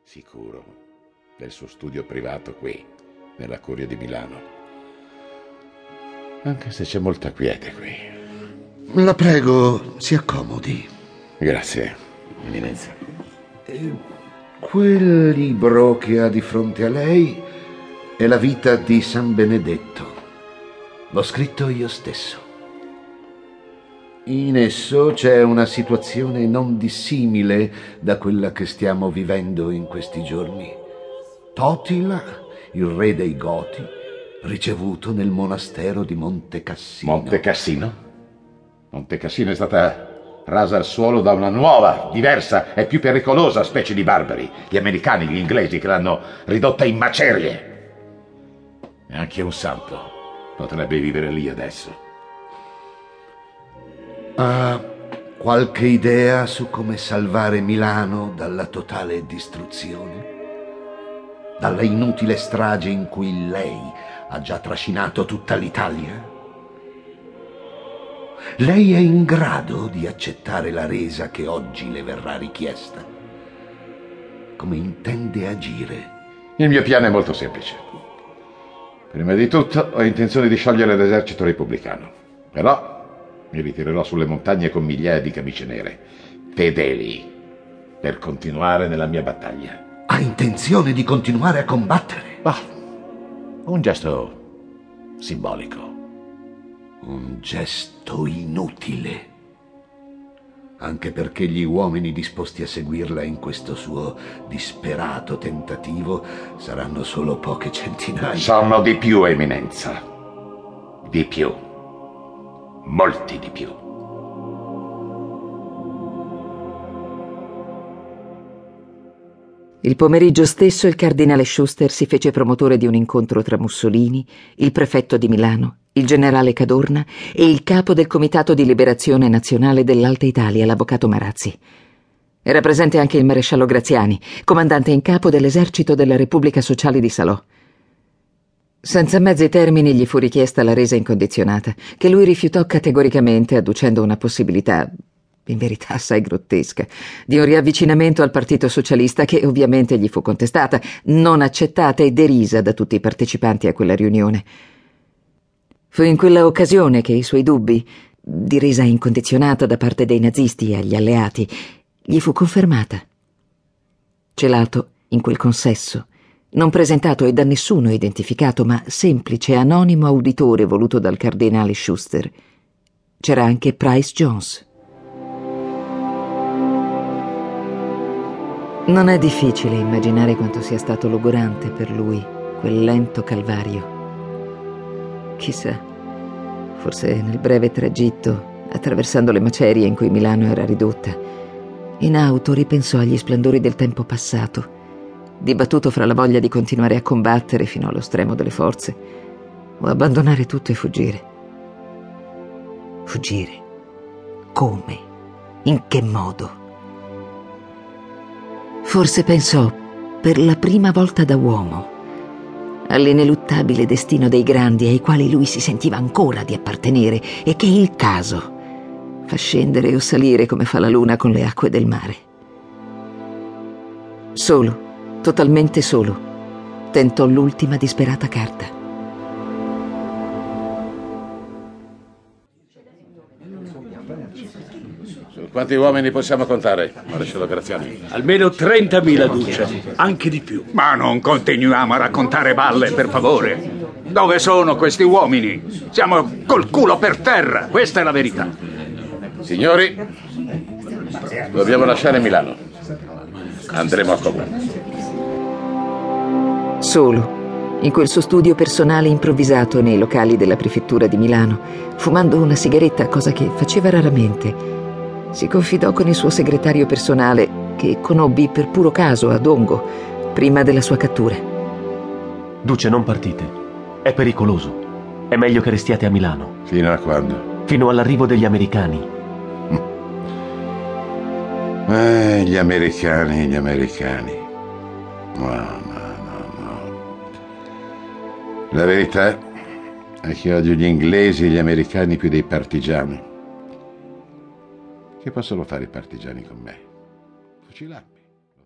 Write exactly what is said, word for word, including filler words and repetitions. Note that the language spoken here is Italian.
sicuro, del suo studio privato qui, nella Curia di Milano. Anche se c'è molta quiete qui. La prego, si accomodi. Grazie, Eminenza. Eh, quel libro che ha di fronte a lei è la vita di San Benedetto. L'ho scritto io stesso. In esso c'è una situazione non dissimile da quella che stiamo vivendo in questi giorni. Totila, il re dei Goti, ricevuto nel monastero di Monte Cassino. Monte Cassino? Monte Cassino è stata rasa al suolo da una nuova, diversa e più pericolosa specie di barbari, gli americani, gli inglesi, che l'hanno ridotta in macerie. E anche un santo potrebbe vivere lì adesso. Ha qualche idea su come salvare Milano dalla totale distruzione? Dalla inutile strage in cui lei ha già trascinato tutta l'Italia? Lei è in grado di accettare la resa che oggi le verrà richiesta? Come intende agire? Il mio piano è molto semplice. Prima di tutto ho intenzione di sciogliere l'esercito repubblicano. Però mi ritirerò sulle montagne con migliaia di camicie nere, fedeli, per continuare nella mia battaglia. Ha intenzione di continuare a combattere? Bah, un gesto simbolico. Un gesto inutile. Anche perché gli uomini disposti a seguirla in questo suo disperato tentativo saranno solo poche centinaia. Sono di più, Eminenza. Di più. Molti di più. Il pomeriggio stesso il cardinale Schuster si fece promotore di un incontro tra Mussolini, il prefetto di Milano, il generale Cadorna e il capo del Comitato di Liberazione Nazionale dell'Alta Italia, l'avvocato Marazzi. Era presente anche il maresciallo Graziani, comandante in capo dell'esercito della Repubblica Sociale di Salò. Senza mezzi termini gli fu richiesta la resa incondizionata, che lui rifiutò categoricamente, adducendo una possibilità, in verità assai grottesca, di un riavvicinamento al Partito Socialista, che ovviamente gli fu contestata, non accettata e derisa da tutti i partecipanti a quella riunione. Fu in quella occasione che i suoi dubbi, di resa incondizionata da parte dei nazisti agli alleati, gli fu confermata. Celato in quel consesso, non presentato e da nessuno identificato, ma semplice anonimo auditore voluto dal cardinale Schuster, c'era anche Price Jones. Non è difficile immaginare quanto sia stato logorante per lui quel lento calvario. Chissà, forse nel breve tragitto, attraversando le macerie in cui Milano era ridotta, in auto ripensò agli splendori del tempo passato, dibattuto fra la voglia di continuare a combattere fino allo stremo delle forze o abbandonare tutto e fuggire. Fuggire? Come? In che modo? Forse pensò, per la prima volta da uomo, all'ineluttabile destino dei grandi ai quali lui si sentiva ancora di appartenere e che il caso fa scendere o salire come fa la luna con le acque del mare. Solo, totalmente solo, tentò l'ultima disperata carta. Su quanti uomini possiamo contare, maresciallo Graziani? Almeno trentamila, duce, anche di più. Ma non continuiamo a raccontare balle, per favore. Dove sono questi uomini? Siamo col culo per terra, questa è la verità. Signori, dobbiamo lasciare Milano. Andremo a Cobra. Solo, in quel suo studio personale improvvisato nei locali della prefettura di Milano, fumando una sigaretta, cosa che faceva raramente, si confidò con il suo segretario personale, che conobbi per puro caso a Dongo, prima della sua cattura. Duce, non partite. È pericoloso. È meglio che restiate a Milano. Fino a quando? Fino all'arrivo degli americani. Eh, gli americani, gli americani. No, no, no, no. La verità è che odio gli inglesi e gli americani più dei partigiani. Che possono fare i partigiani con me? Fucilarmi.